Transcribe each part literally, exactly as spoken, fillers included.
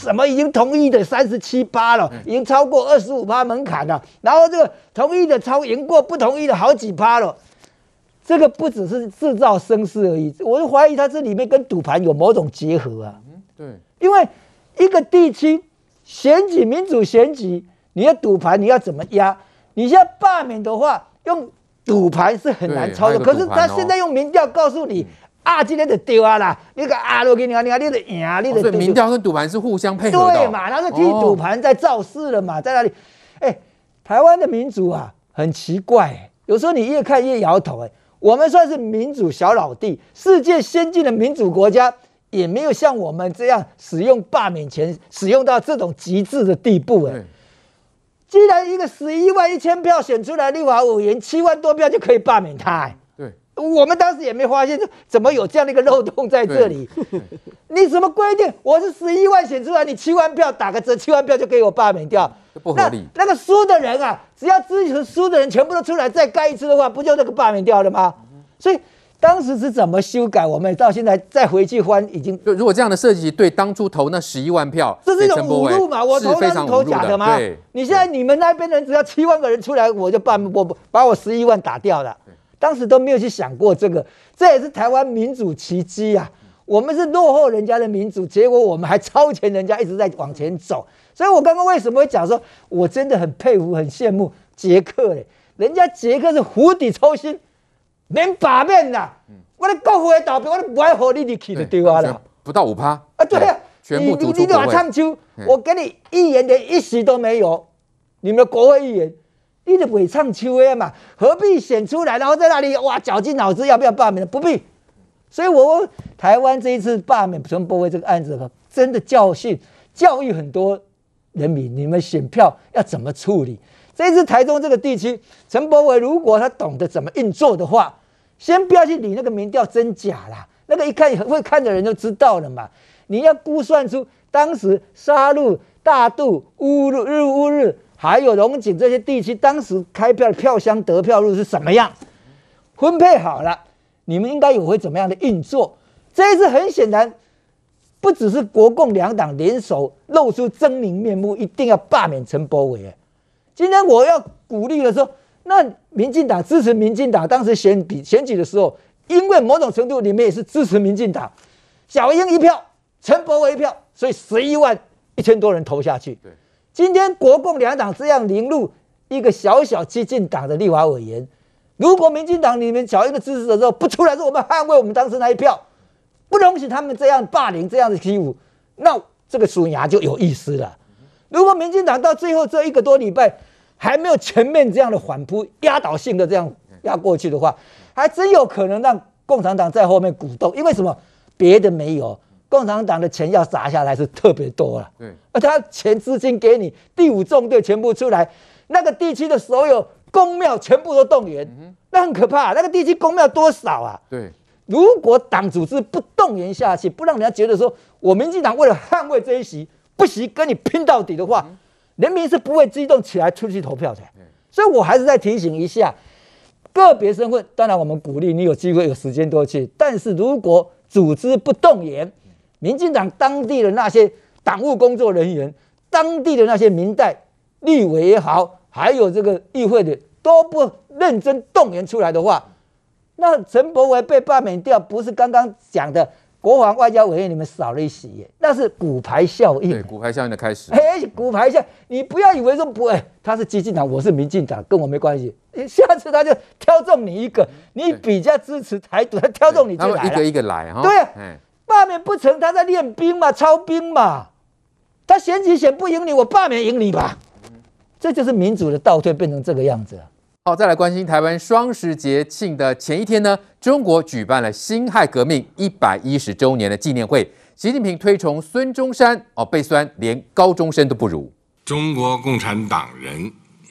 什么已经同意的三十七趴了，已经超过二十五趴门槛了，然后这个同意的超赢过不同意的好几趴了。这个不只是制造声势而已，我就怀疑它这里面跟赌盘有某种结合啊。 嗯，对， 因为一个地区选举民主选举，你要赌盘你要怎么压？你现在罢免的话，用赌盘是很难操作。可是他现在用民调告诉你。嗯啊，今天就丢啊啦！你个啊，我给你看，你看你的赢，你的。 所以民调跟赌盘是互相配合的。 对嘛，他是替赌盘在造势了嘛，在那里。哎，台湾的民主啊，很奇怪，有时候你越看越摇头。哎，我们算是民主小老弟，世界先进的民主国家也没有像我们这样使用罢免权，使用到这种极致的地步。哎，既然一个十一万一千票选出来立法委员，七万多票就可以罢免他。哎。我们当时也没发现，怎么有这样的一个漏洞在这里？你什么规定？我是十一万选出来，你七万票打个折，七万票就给我罢免掉， 不合理。 那, 那个输的人啊，只要支持输的人全部都出来再盖一次的话，不就那个罢免掉了吗？所以当时是怎么修改，我们到现在再回去翻，已经就如果这样的设计对当初投那十一万票， 这是一种侮辱嘛？我投那是投假的吗？你现在你们那边人只要七万个人出来，我就罢我把我十一万打掉了。当时都没有去想过这个，这也是台湾民主奇迹啊！我们是落后人家的民主，结果我们还超前人家，一直在往前走。所以我刚刚为什么会讲说，我真的很佩服、很羡慕捷克嘞，人家捷克是釜底抽薪，连罢免啦，我的国会投票我都不爱和你入去就对啊啦， 不到五趴啊，对啊， 全部逐出国会。 你你你唱秋，我给你议员连一席都没有，你们的国会议员。你就伪唱秋的嘛，何必选出来，然后在那里哇绞尽脑汁要不要罢免？不必。所以我问台湾这一次罢免陈柏惟这个案子，真的教训教育很多人民，你们选票要怎么处理？这一次台中这个地区，陈柏惟如果他懂得怎么运作的话，先不要去理那个民调真假啦，那个一看会看的人就知道了嘛。你要估算出当时沙鹿、大肚、乌日、日乌日。还有龙井这些地区，当时开票的票箱得票率是什么样？分配好了，你们应该有会怎么样的运作？这一次很显然，不只是国共两党联手露出狰狞面目，一定要罢免陈柏惟。今天我要鼓励的时候，那民进党支持民进党，当时选比选举的时候，因为某种程度你们也是支持民进党，小英一票，陈柏惟一票，所以十一万一千多人投下去。对。今天国共两党这样凌入一个小小激进党的立法委员，如果民进党你们小英的支持者之后不出来说我们捍卫我们当时那一票，不容许他们这样霸凌这样的欺负，那这个属牙就有意思了。如果民进党到最后这一个多礼拜还没有全面这样的反扑压倒性的这样压过去的话，还真有可能让共产党在后面鼓动，因为什么？别的没有。共产党的钱要砸下来是特别多了，对，而他钱资金给你，第五纵队全部出来，那个地区的所有公庙全部都动员，嗯、那很可怕。那个地区公庙多少啊？对，如果党组织不动员下去，不让人家觉得说我民进党为了捍卫这一席，不惜跟你拼到底的话，嗯、人民是不会激动起来出去投票的。所以我还是再提醒一下，个别身份，当然我们鼓励你有机会有时间多去，但是如果组织不动员，民进党当地的那些党务工作人员、当地的那些民代、立委也好，还有这个议会的都不认真动员出来的话，那陈柏惟被罢免掉，不是刚刚讲的国防外交委员你们少了一席耶，那是骨牌效应。 对，骨牌效应的开始。 哎，骨牌效应，你不要以为说不，哎，他是激进党，我是民进党，跟我没关系。下次他就挑中你一个，你比较支持台独，他挑中你就来了。 他们一个一个来哈。 对啊。罢免不成，他在练兵嘛，操兵嘛。他选举选不赢你，我罢免赢你吧。这就是民主的倒退，变成这个样子。 好，再来关心台湾双十节庆的前一天呢，中国举办了辛亥革命一百一十周年的纪念会。习近平推崇孙中山，哦，被酸连高中生都不如。 中国共产党人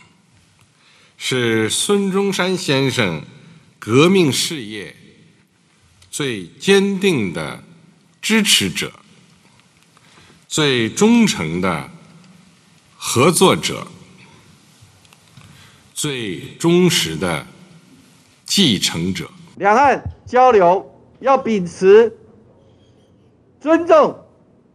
是孙中山先生革命事业最坚定的支持者，最忠诚的合作者，最忠实的继承者。 两岸交流要秉持尊重、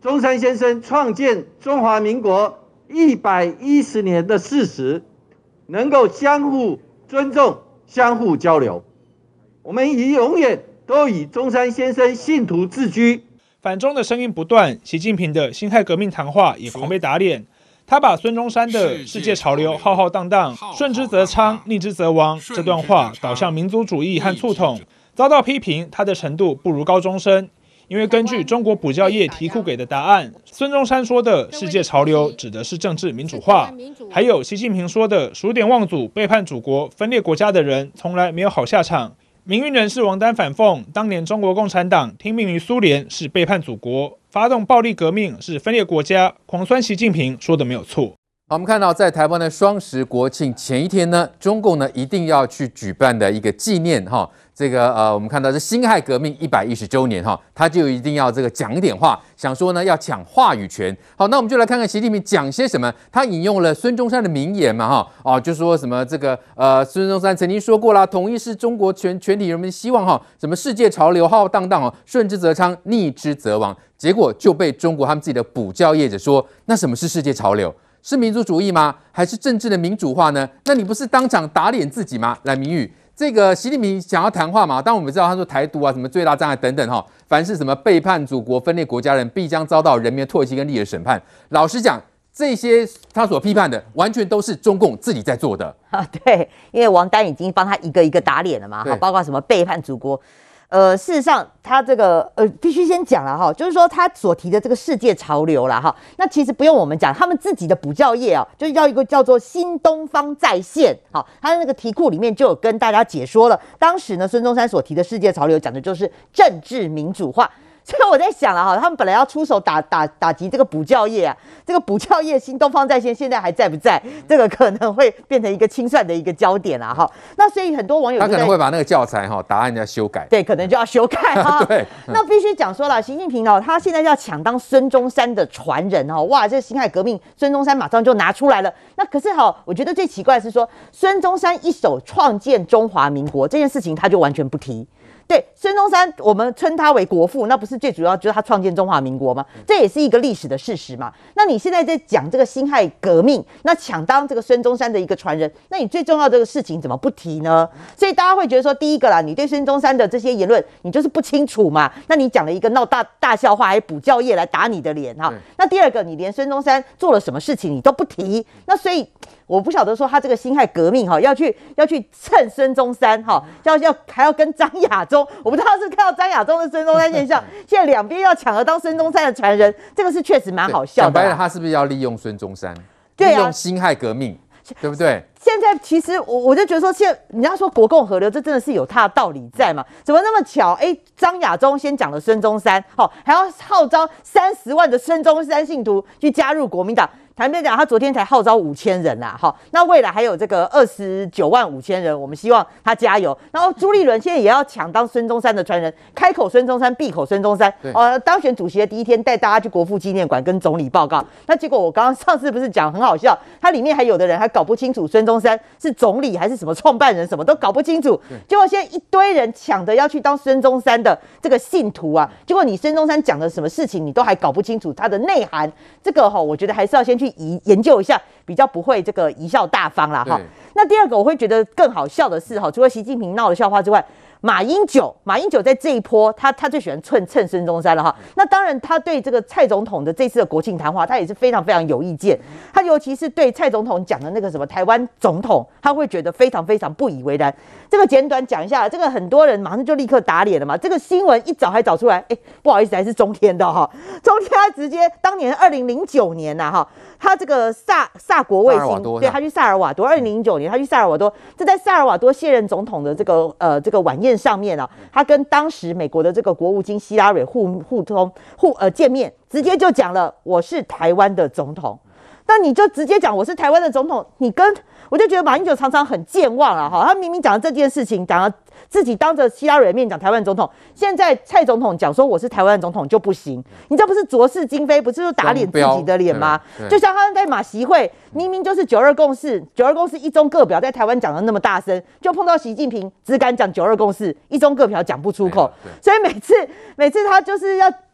中山先生创建中华民国一百一十年的事实，能够相互尊重、相互交流。我们以永远都以中山先生信徒自居。 反中的声音不断，习近平的辛亥革命谈话也狂被打脸。他把孙中山的世界潮流浩浩荡荡、顺之则昌、逆之则亡这段话导向民族主义和促统，遭到批评，他的程度不如高中生。因为根据中国补教业题库给的答案，孙中山说的世界潮流指的是政治民主化，还有习近平说的数典忘祖、背叛祖国、分裂国家的人从来没有好下场。民运人士王丹反讽，当年中国共产党听命于苏联是背叛祖国，发动暴力革命是分裂国家，狂酸习近平说的没有错。 好，我们看到在台湾的双十国庆前一天呢，中共呢一定要去举办的一个纪念哈，这个呃，我们看到是辛亥革命一百一十周年哈，他就一定要这个讲一点话，想说呢要抢话语权。好，那我们就来看看习近平讲些什么。他引用了孙中山的名言嘛哈，哦，就说什么这个呃，孙中山曾经说过啦，统一是中国全全体人民希望哈，什么世界潮流浩浩荡荡哦，顺之则昌，逆之则亡。结果就被中国他们自己的补教业者说，那什么是世界潮流？是民族主义吗？还是政治的民主化呢？那你不是当场打脸自己吗？来，明玉，这个习近平想要谈话嘛？当然我们知道他说台独啊，什么最大障碍等等哈，凡是什么背叛祖国、分裂国家人，必将遭到人民的唾弃跟历史的审判。老实讲，这些他所批判的，完全都是中共自己在做的啊。对，因为王丹已经帮他一个一个打脸了嘛，哈，包括什么背叛祖国。呃，事实上，他这个呃，必须先讲了哈，就是说他所提的这个世界潮流啦哈，那其实不用我们讲，他们自己的补教业啊，就是要一个叫做新东方在线，好，他的那个题库里面就有跟大家解说了，当时呢，孙中山所提的世界潮流讲的就是政治民主化。所以我在想了哈，他们本来要出手打打打击这个补教业啊，这个补教业新东方在线现在还在不在？这个可能会变成一个清算的一个焦点啊哈。那所以很多网友他可能会把那个教材哈答案要修改， 对，可能就要修改哈。 对， 那必须讲说了，习近平哦，他现在要抢当孙中山的传人哈，哇，这辛亥革命，孙中山马上就拿出来了。那可是哈，我觉得最奇怪的是说，孙中山一手创建中华民国这件事情，他就完全不提。对，孙中山，我们称他为国父，那不是最主要就是他创建中华民国吗？这也是一个历史的事实嘛。那你现在在讲这个辛亥革命，那抢当这个孙中山的一个传人，那你最重要的这个事情怎么不提呢？所以大家会觉得说，第一个啦，你对孙中山的这些言论，你就是不清楚嘛。那你讲了一个闹大大笑话，还补教业来打你的脸哈。那第二个，你连孙中山做了什么事情你都不提，那所以。我不晓得说他这个辛亥革命哈，要去要去蹭孙中山哈，要要还要跟张亚中，我不知道是看到张亚中的孙中山现象，现在两边要抢着当孙中山的传人，这个是确实蛮好笑的。 讲白了，他是不是要利用孙中山？ 对啊， 利用辛亥革命，对不对？ 现在其实我我就觉得说，现在人家说国共合流，这真的是有它的道理在嘛？怎么那么巧？哎，张亚中先讲了孙中山，好，还要号召三十万的孙中山信徒去加入国民党。坦白讲，他昨天才号召五千人啦，好，那未来还有这个二十九万五千人，我们希望他加油。然后朱立伦现在也要抢当孙中山的传人，开口孙中山，闭口孙中山。呃，当选主席的第一天，带大家去国父纪念馆跟总理报告。那结果我刚刚上次不是讲很好笑，他里面还有的人还搞不清楚孙中山是总理还是什么创办人，什么都搞不清楚。结果现在一堆人抢着要去当孙中山的这个信徒啊，结果你孙中山讲的什么事情，你都还搞不清楚他的内涵。这个哈，我觉得还是要先去研究一下，比较不会这个贻笑大方啦哈。那第二个我会觉得更好笑的是哈，除了习近平闹的笑话之外，马英九，马英九在这一波，他他最喜欢蹭蹭孙中山了哈。那当然，他对这个蔡总统的这次的国庆谈话，他也是非常非常有意见。他尤其是对蔡总统讲的那个什么台湾总统，他会觉得非常非常不以为然。这个简短讲一下，这个很多人马上就立刻打脸了嘛。这个新闻一早还找出来，哎，不好意思，还是中天的哈。中天他直接当年二零零九年呐、啊、哈，他这个萨萨国卫星，对，他去萨尔瓦多，二零零九年他去萨尔瓦多，这在萨尔瓦多卸任总统的这个呃这个晚宴上面啊，他跟当时美国的这个国务卿希拉蕊互互通互呃见面，直接就讲了我是台湾的总统。那你就直接讲我是台湾的总统，你跟我就觉得马英九常常很健忘了哈，他明明讲了这件事情，讲了自己当着希拉蕊面讲台湾总统，现在蔡总统讲说我是台湾总统就不行，你这不是浊世今非，不是说打脸自己的脸吗？就像他在马习会，明明就是九二共识，九二共识一中各表在台湾讲的那么大声，就碰到习近平只敢讲九二共识，一中各表讲不出口，所以每次每次他就是要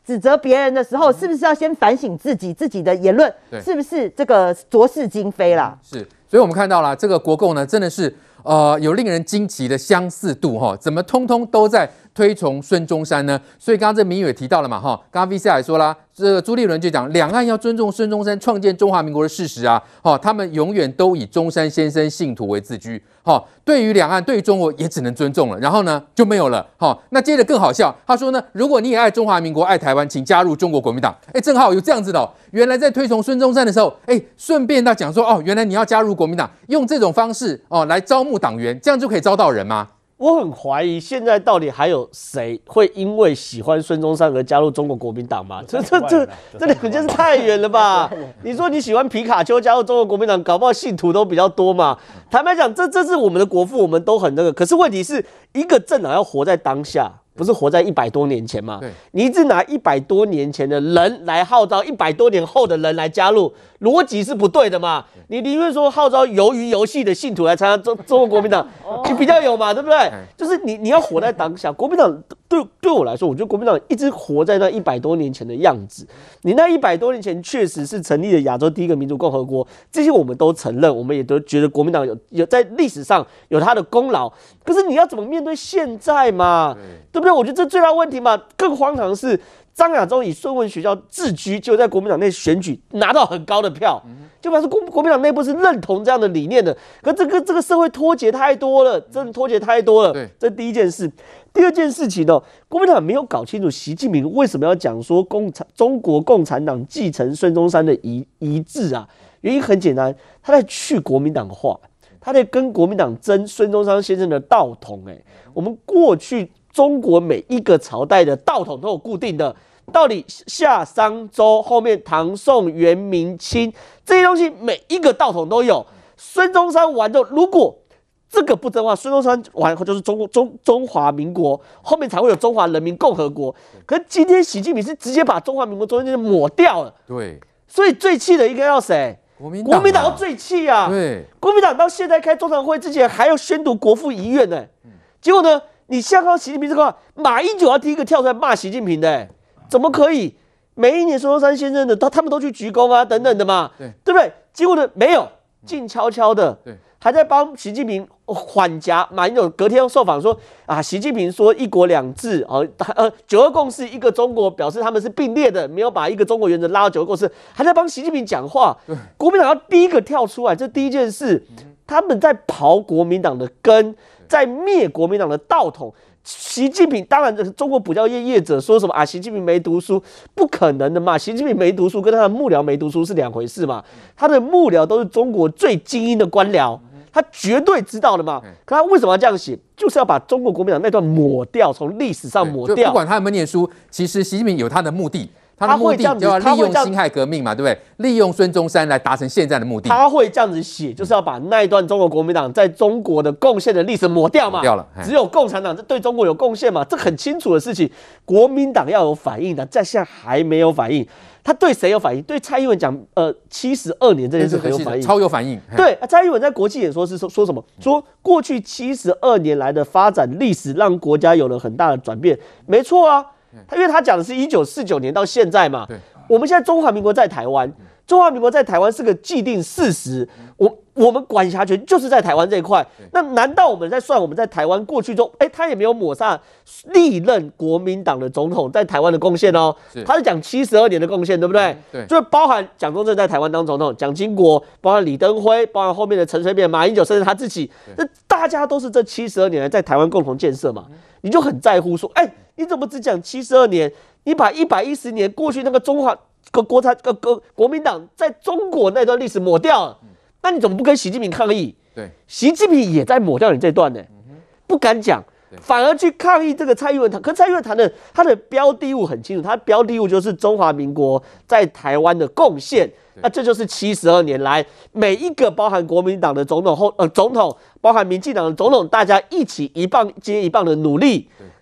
指责别人的时候，是不是要先反省自己自己的言论是不是这个浊世今非啦？ 是，所以我们看到了这个国共呢，真的是呃有令人惊奇的相似度哈，怎么通通都在推崇孙中山呢？所以刚刚这民友也提到了嘛哈，刚刚 V C 也说啦，这个朱立伦就讲，两岸要尊重孙中山创建中华民国的事实啊，哈，他们永远都以中山先生信徒为自居，哈，对于两岸对于中国也只能尊重了，然后呢就没有了，哈，那接着更好笑，他说呢，如果你也爱中华民国爱台湾，请加入中国国民党，哎，正好有这样子的、哦，原来在推崇孙中山的时候，哎，顺便他讲说，哦，原来你要加入国民党，用这种方式哦来招募党员，这样就可以招到人吗？ 我很怀疑，现在到底还有谁会因为喜欢孙中山而加入中国国民党吗？这这这这两件事太远了吧？你说你喜欢皮卡丘加入中国国民党，搞不好信徒都比较多嘛。坦白讲，这这是我们的国父，我们都很那个。可是问题是一个政党要活在当下，不是活在一百多年前嘛？你一直拿一百多年前的人来号召一百多年后的人来加入，逻辑是不对的嘛？你宁愿说号召鱿鱼游戏的信徒来参加中中国国民党，你比较有嘛，对不对？就是你你要活在当下。国民党对对我来说，我觉得国民党一直活在那一百多年前的样子。你那一百多年前确实是成立了亚洲第一个民主共和国，这些我们都承认，我们也都觉得国民党有有在历史上有他的功劳。可是你要怎么面对现在嘛？对不对？我觉得这最大问题嘛。更荒唐的是，张亚中以孙文学校自居，就在国民党内选举拿到很高的票，就表示国国民党内部是认同这样的理念的。可这个这个社会脱节太多了，真的脱节太多了。对，这第一件事。第二件事情呢，国民党没有搞清楚习近平为什么要讲说共产中国共产党继承孙中山的遗遗志啊？原因很简单，他在去国民党化，他在跟国民党争孙中山先生的道统。哎，我们过去中国每一个朝代的道统都有固定的。到底夏商周后面唐宋元明清这些东西，每一个道统都有。孙中山完之后，如果这个不争的话，孙中山完后就是中中中华民国，后面才会有中华人民共和国。可是今天习近平是直接把中华民国中间抹掉了。 对， 所以最气的应该要谁？国民党、啊。国民党要最气啊！对，国民党到现在开中常会之前还要宣读国父遗愿呢、欸嗯。结果呢，你现在看到习近平这个，马英九要第一个跳出来骂习近平的、欸。怎么可以？每一年孙中山先生的，他他们都去鞠躬啊，等等的嘛，对对不对？结果呢，没有，静悄悄的，对，还在帮习近平缓颊。马英九隔天受访说啊，习近平说一国两制哦，呃，九二共识一个中国，表示他们是并列的，没有把一个中国原则拉到九二共识，还在帮习近平讲话。国民党要第一个跳出来，这第一件事，他们在刨国民党的根，在灭国民党的道统。习近平当然，中国补教业业者说什么啊？习近平没读书，不可能的嘛！习近平没读书，跟他的幕僚没读书是两回事嘛。他的幕僚都是中国最精英的官僚，他绝对知道的嘛。可他为什么要这样写？就是要把中国国民党那段抹掉，从历史上抹掉。 不管他有没有念书，其实习近平有他的目的。他的目的就要利用辛亥革命嘛，对不对？利用孙中山来达成现在的目的。 他会这样子写，就是要把那一段中国国民党在中国的贡献的历史抹掉嘛。抹掉了，只有共产党对中国有贡献嘛，这很清楚的事情。国民党要有反应的，在现在还没有反应。他对谁有反应？对蔡英文讲，呃，七十二年这件事很有反应， 超有反应。 对，蔡英文在国际演说是说说什么？说过去七十二年来的发展历史让国家有了很大的转变。没错啊，他因为他讲的是一九四九年到现在嘛。对。我们现在中华民国在台湾，中华民国在台湾是个既定事实，我我们管辖权就是在台湾这一块。那难道我们在算我们在台湾过去中，哎，他也没有抹杀历任国民党的总统在台湾的贡献哦，他是讲七十二年的贡献，对不对？对，就包含蒋中正在台湾当总统，蒋经国，包含李登辉，包含后面的陈水扁、马英九，甚至他自己，那大家都是这七十二年来在台湾共同建设嘛，你就很在乎说，哎，你怎么只讲七十二年？你把一百一十年过去那个中华国国产国国国民党在中国那段历史抹掉了，那你怎么不跟习近平抗议？对，习近平也在抹掉你这段呢、欸嗯，不敢讲，反而去抗议这个蔡英文谈。可蔡英文谈的他的标的物很清楚，他的标的物就是中华民国在台湾的贡献。那这就是七十二年来每一个包含国民党的总统后呃总统，包含民进党的总统，大家一起一棒接一棒的努力。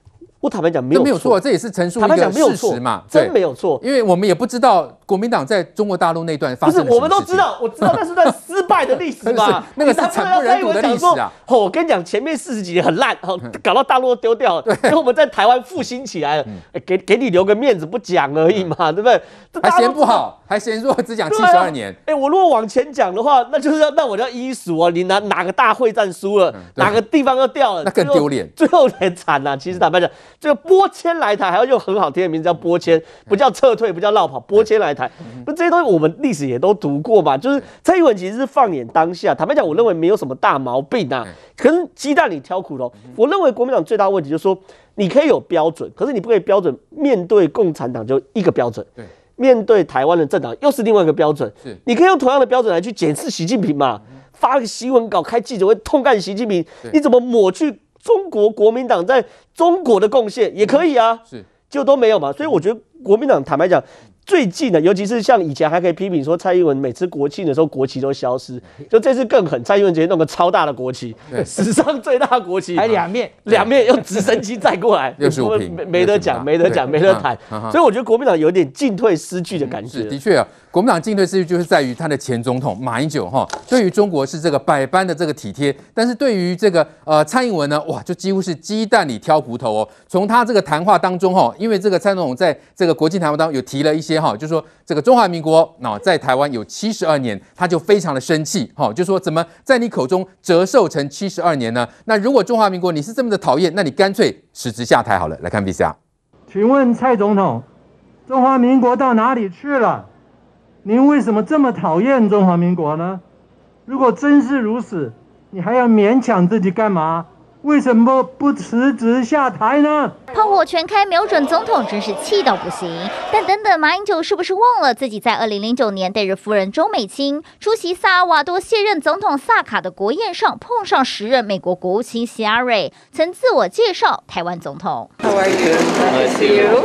我坦白讲没有没有错，这也是陈述一个事实嘛， 真没有错。 因为我们也不知道国民党在中国大陆那段发生了什么事情。 不是，我们都知道，我知道那是段失败的历史嘛， 那个是惨不忍睹的历史啊。 哦，我跟你讲，前面四十几年很烂，哦，搞到大陆都丢掉了，然后我们在台湾复兴起来了，给给你留个面子不讲而已嘛，对不对？ 还嫌不好，还嫌说只讲七十二年。 哎，我如果往前讲的话，那就是要那我就要一一数啊，你哪哪个大会战输了，哪个地方又掉了， 那更丢脸， 最后很惨呐。其实坦白讲，这个拨迁来台还要用很好听的名字叫拨迁，不叫撤退，不叫绕跑，拨迁来台，不这些东西我们历史也都读过嘛。就是蔡英文其实是放眼当下，坦白讲，我认为没有什么大毛病啊。可是鸡蛋里挑骨头，我认为国民党最大的问题就是说，你可以有标准，可是你不可以标准面对共产党就一个标准，对，面对台湾的政党又是另外一个标准。你可以用同样的标准来去检视习近平嘛，发个新闻稿、开记者会痛干习近平，你怎么抹去中国国民党在中国的贡献也可以啊，是，就都没有嘛。所以我觉得国民党坦白讲，最近呢，尤其是像以前还可以批评说蔡英文每次国庆的时候国旗都消失，就这次更狠，蔡英文直接弄个超大的国旗，史上最大国旗， 还两面， 两面用直升机载过来， 六十五平， 没没得讲，没得讲，没得谈。所以我觉得国民党有点进退失据的感觉。 的确啊，国民党进退失据就是在于他的前总统马英九哈，对于中国是这个百般的这个体贴，但是对于这个呃蔡英文呢，哇，就几乎是鸡蛋里挑骨头哦。从他这个谈话当中哈，因为这个蔡总统在这个国庆谈话当中有提了一些哈，就说这个中华民国啊在台湾有七十二年，他就非常的生气哈，就说怎么在你口中折寿成七十二年呢？那如果中华民国你是这么的讨厌，那你干脆辞职下台好了。来看 V C R。 请问蔡总统，中华民国到哪里去了？您为什么这么讨厌中华民国呢？如果真是如此，你还要勉强自己干嘛？为什么不辞职下台呢？ 炮火全开，瞄准总统，真是气到不行。但等等，马英九是不是忘了自己在二零零九年带着夫人周美青出席萨尔瓦多卸任总统萨卡的国宴上，碰上时任美国国务卿希拉蕊，曾自我介绍台湾总统。 How are you? Nice to see you.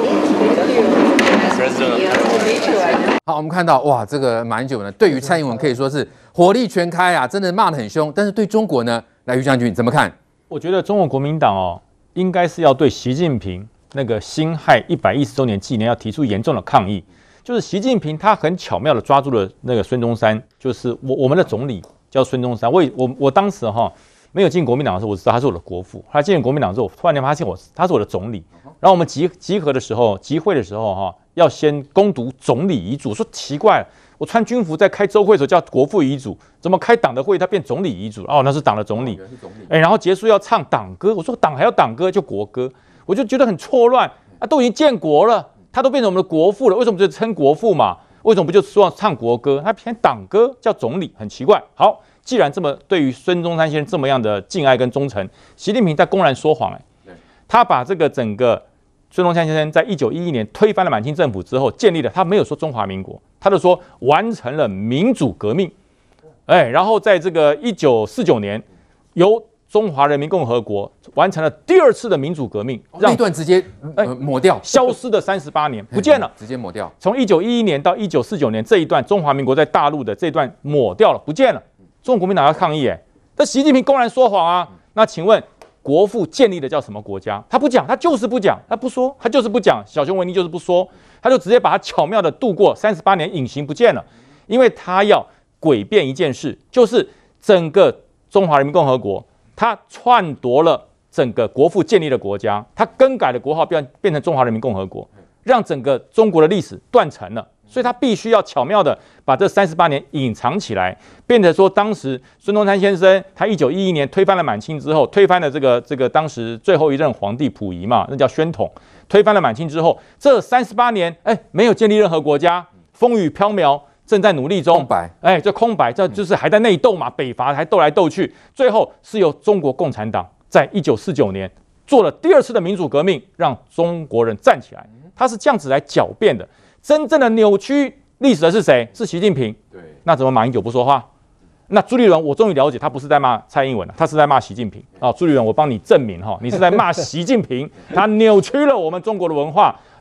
President. 好，我们看到哇，这个马英九呢，对于蔡英文可以说是火力全开啊，真的骂得很凶。但是对中国呢，来于将军怎么看？ 我觉得中国国民党哦，应该是要对习近平那个辛亥一百一十周年纪念要提出严重的抗议。就是习近平他很巧妙的抓住了那个孙中山，就是我我们的总理叫孙中山。我我我当时哈、哦、没有进国民党的时候，我知道他是我的国父。他进国民党之后，我突然间发现我他是我的总理。然后我们集集合的时候，集会的时候哈、哦，要先攻读总理遗嘱。说奇怪了。我穿军服在开周会的时候叫国父遗嘱，怎么开党的会他变总理遗嘱？哦，那是党的总理。哎，然后结束要唱党歌，我说党还要党歌就国歌，我就觉得很错乱啊！都已经建国了，他都变成我们的国父了，为什么就称国父嘛？为什么不就说唱国歌？他偏党歌叫总理，很奇怪。好，既然这么对于孙中山先生这么样的敬爱跟忠诚，习近平在公然说谎哎，他把这个整个。孙中山先生在一九一一年推翻了满清政府之后，建立了他没有说中华民国，他就说完成了民主革命，哎，然后在这个一九四九年，由中华人民共和国完成了第二次的民主革命， 让那段直接、呃、抹掉， 消失的三十八年不见了， 直接抹掉。 从一九一一年到一九四九年这一段中华民国在大陆的这段抹掉了，不见了。中国国民党要抗议，哎，那习近平公然说谎啊！那请问？国父建立的叫什么国家？他不讲，他就是不讲，他不说，他就是不讲。小熊维尼就是不说，他就直接把他巧妙的度过三十八年，隐形不见了。因为他要诡辩一件事，就是整个中华人民共和国，他篡夺了整个国父建立的国家，他更改了国号变变成中华人民共和国，让整个中国的历史断层了。所以他必须要巧妙的把这三十八年隐藏起来，变成说当时孙中山先生他一九一一年推翻了满清之后，推翻了这个这个当时最后一任皇帝溥仪嘛，那叫宣统，推翻了满清之后，这三十八年哎没有建立任何国家，风雨飘渺，正在努力中， 空白， 哎，这空白，这就是还在内斗嘛，北伐还斗来斗去，最后是由中国共产党在一九四九年做了第二次的民主革命，让中国人站起来，他是这样子来狡辩的。真正的扭曲历史的是谁？是习近平。对，那怎么马英九不说话？那朱立伦，我终于了解，他不是在骂蔡英文了，他是在骂习近平啊、哦！朱立伦，我帮你证明哈，你是在骂习近平，他扭曲了我们中国的文化，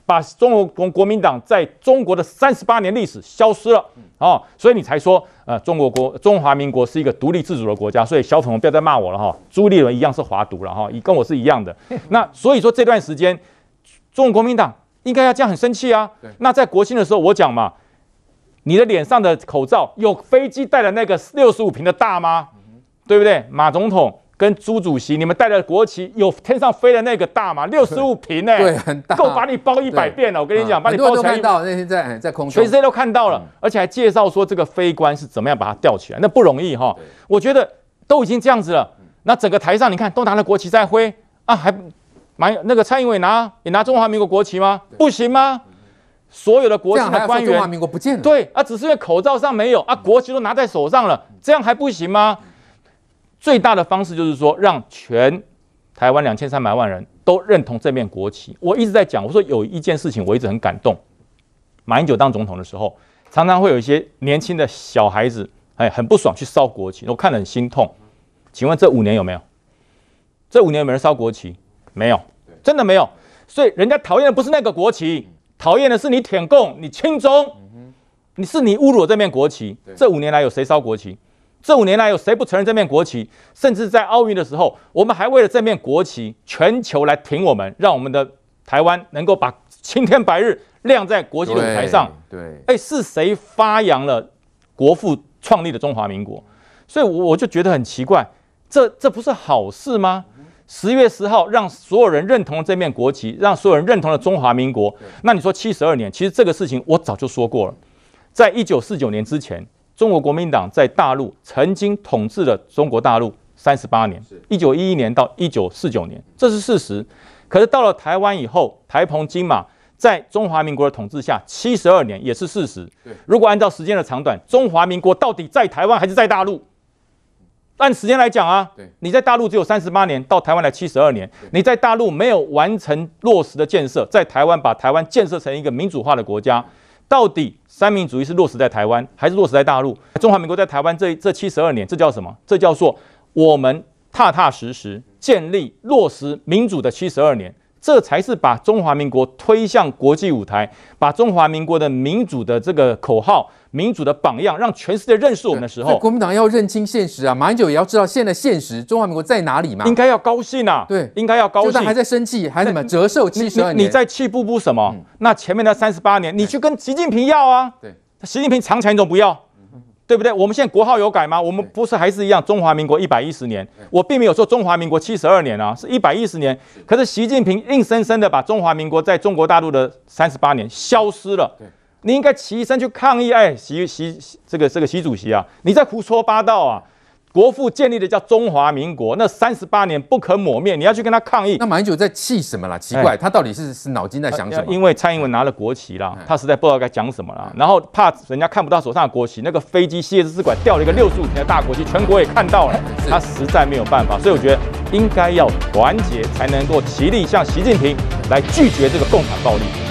把中国国国民党在中国的三十八年历史消失了哦，所以你才说呃中国国中华民国是一个独立自主的国家，所以小粉红不要再骂我了哈，朱立伦一样是华独了哈，跟我是一样的。那所以说这段时间中国国民党应该要这样很生气啊。那在国庆的时候我讲嘛，你的脸上的口罩有飞机戴的那个六十五平的大吗？对不对？马总统。跟朱主席，你们带的国旗有天上飞的那个大吗？六十五平哎， 对，很大， 够把你包一百遍了。我跟你讲，把你包起来。 很多人都看到那天在在空中， 全世界都看到了，嗯、而且还介绍说这个飞官是怎么样把它吊起来，那不容易哈。我觉得都已经这样子了，那整个台上你看都拿了国旗在挥啊，还蛮那个蔡英文拿也拿中华民国国旗吗？不行吗？所有的国庆的官员， 中华民国不见了。 对啊，只是因为口罩上没有啊，国旗都拿在手上了，这样还不行吗？最大的方式就是说，让全台湾两千三百万人都认同这面国旗。我一直在讲，我说有一件事情我一直很感动。马英九当总统的时候，常常会有一些年轻的小孩子，哎，很不爽去烧国旗，我看得很心痛。请问这五年有没有？这五年有没有人烧国旗？没有，真的没有。所以人家讨厌的不是那个国旗，讨厌的是你舔共、你亲中，你是你侮辱了这面国旗。这五年来有谁烧国旗？这五年来有谁不承认这面国旗？甚至在奥运的时候，我们还为了这面国旗，全球来挺我们，让我们的台湾能够把青天白日亮在国际的舞台上。 对， 哎，是谁发扬了国父创立的中华民国？所以我就觉得很奇怪，这这不是好事吗？十月十号让所有人认同了这面国旗，让所有人认同了中华民国。那你说七十二年，其实这个事情我早就说过了，在一九四九年之前。中国国民党在大陆曾经统治了中国大陆三十八年，一九一一年到一九四九年，这是事实。可是到了台湾以后，台澎金马在中华民国的统治下七十二年也是事实。如果按照时间的长短，中华民国到底在台湾还是在大陆？按时间来讲啊，你在大陆只有三十八年，到台湾来七十二年，你在大陆没有完成落实的建设，在台湾把台湾建设成一个民主化的国家。到底三民主义是落实在台湾，还是落实在大陆？中华民国在台湾这这七十二年，这叫什么？这叫做我们踏踏实实建立落实民主的七十二年，这才是把中华民国推向国际舞台，把中华民国的民主的这个口号、民主的榜样，让全世界认识我们的时候， 国民党要认清现实啊！马英九也要知道现在现实，中华民国在哪里嘛？ 应该要高兴啊！ 对， 应该要高兴。 就算还在生气，还什么折寿七十二年？ 你在气不不什么？嗯、那前面的三十八年，你去跟习近平要啊！ 对， 习近平藏起来你总不要。对不对？我们现在国号有改吗？我们不是还是一样中华民国一百一十年？我并没有说中华民国七十二年啊，是一百一十年。可是习近平硬生生的把中华民国在中国大陆的三十八年消失了。你应该起身去抗议，哎，习习这个这个习主席啊，你在胡说八道啊！国父建立的叫中华民国，那三十八年不可抹灭，你要去跟他抗议。 那马英九在气什么啦？奇怪，他到底是是脑筋在想什么？ 因为蔡英文拿了国旗啦，他实在不知道该讲什么啦，然后怕人家看不到手上的国旗，那个飞机谢之馆掉了一个六十五平的大国旗，全国也看到了，他实在没有办法，所以我觉得应该要团结，才能够齐力向习近平来拒绝这个共产暴力。